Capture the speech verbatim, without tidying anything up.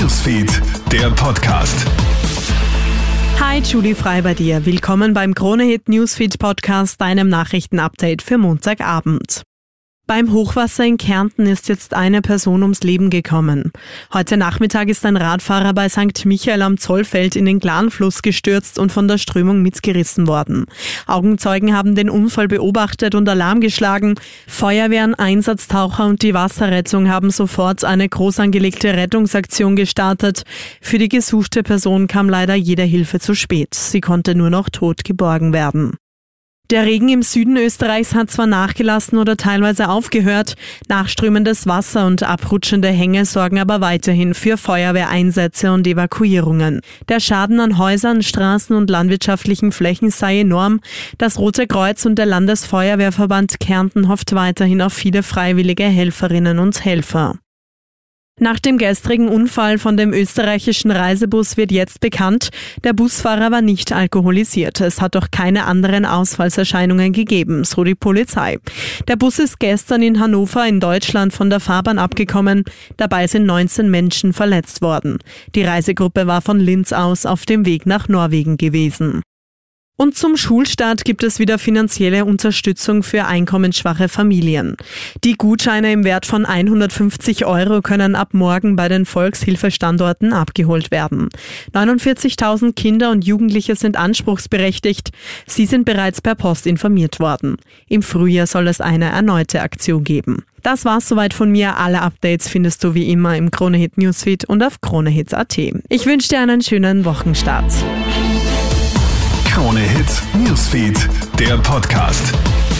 Newsfeed, der Podcast. Hi, Julie Frei bei dir. Willkommen beim Krone-Hit Newsfeed Podcast, deinem Nachrichtenupdate für Montagabend. Beim Hochwasser in Kärnten ist jetzt eine Person ums Leben gekommen. Heute Nachmittag ist ein Radfahrer bei Sankt Michael am Zollfeld in den Glanfluss gestürzt und von der Strömung mitgerissen worden. Augenzeugen haben den Unfall beobachtet und Alarm geschlagen. Feuerwehren, Einsatztaucher und die Wasserrettung haben sofort eine groß angelegte Rettungsaktion gestartet. Für die gesuchte Person kam leider jede Hilfe zu spät. Sie konnte nur noch tot geborgen werden. Der Regen im Süden Österreichs hat zwar nachgelassen oder teilweise aufgehört, nachströmendes Wasser und abrutschende Hänge sorgen aber weiterhin für Feuerwehreinsätze und Evakuierungen. Der Schaden an Häusern, Straßen und landwirtschaftlichen Flächen sei enorm. Das Rote Kreuz und der Landesfeuerwehrverband Kärnten hofft weiterhin auf viele freiwillige Helferinnen und Helfer. Nach dem gestrigen Unfall von dem österreichischen Reisebus wird jetzt bekannt, der Busfahrer war nicht alkoholisiert. Es hat auch keine anderen Ausfallserscheinungen gegeben, so die Polizei. Der Bus ist gestern in Hannover in Deutschland von der Fahrbahn abgekommen. Dabei sind neunzehn Menschen verletzt worden. Die Reisegruppe war von Linz aus auf dem Weg nach Norwegen gewesen. Und zum Schulstart gibt es wieder finanzielle Unterstützung für einkommensschwache Familien. Die Gutscheine im Wert von hundertfünfzig Euro können ab morgen bei den Volkshilfestandorten abgeholt werden. neunundvierzigtausend Kinder und Jugendliche sind anspruchsberechtigt. Sie sind bereits per Post informiert worden. Im Frühjahr soll es eine erneute Aktion geben. Das war's soweit von mir. Alle Updates findest du wie immer im Krone-Hit Newsfeed und auf kronehit punkt at. Ich wünsche dir einen schönen Wochenstart. Krone-Hit Newsfeed, der Podcast.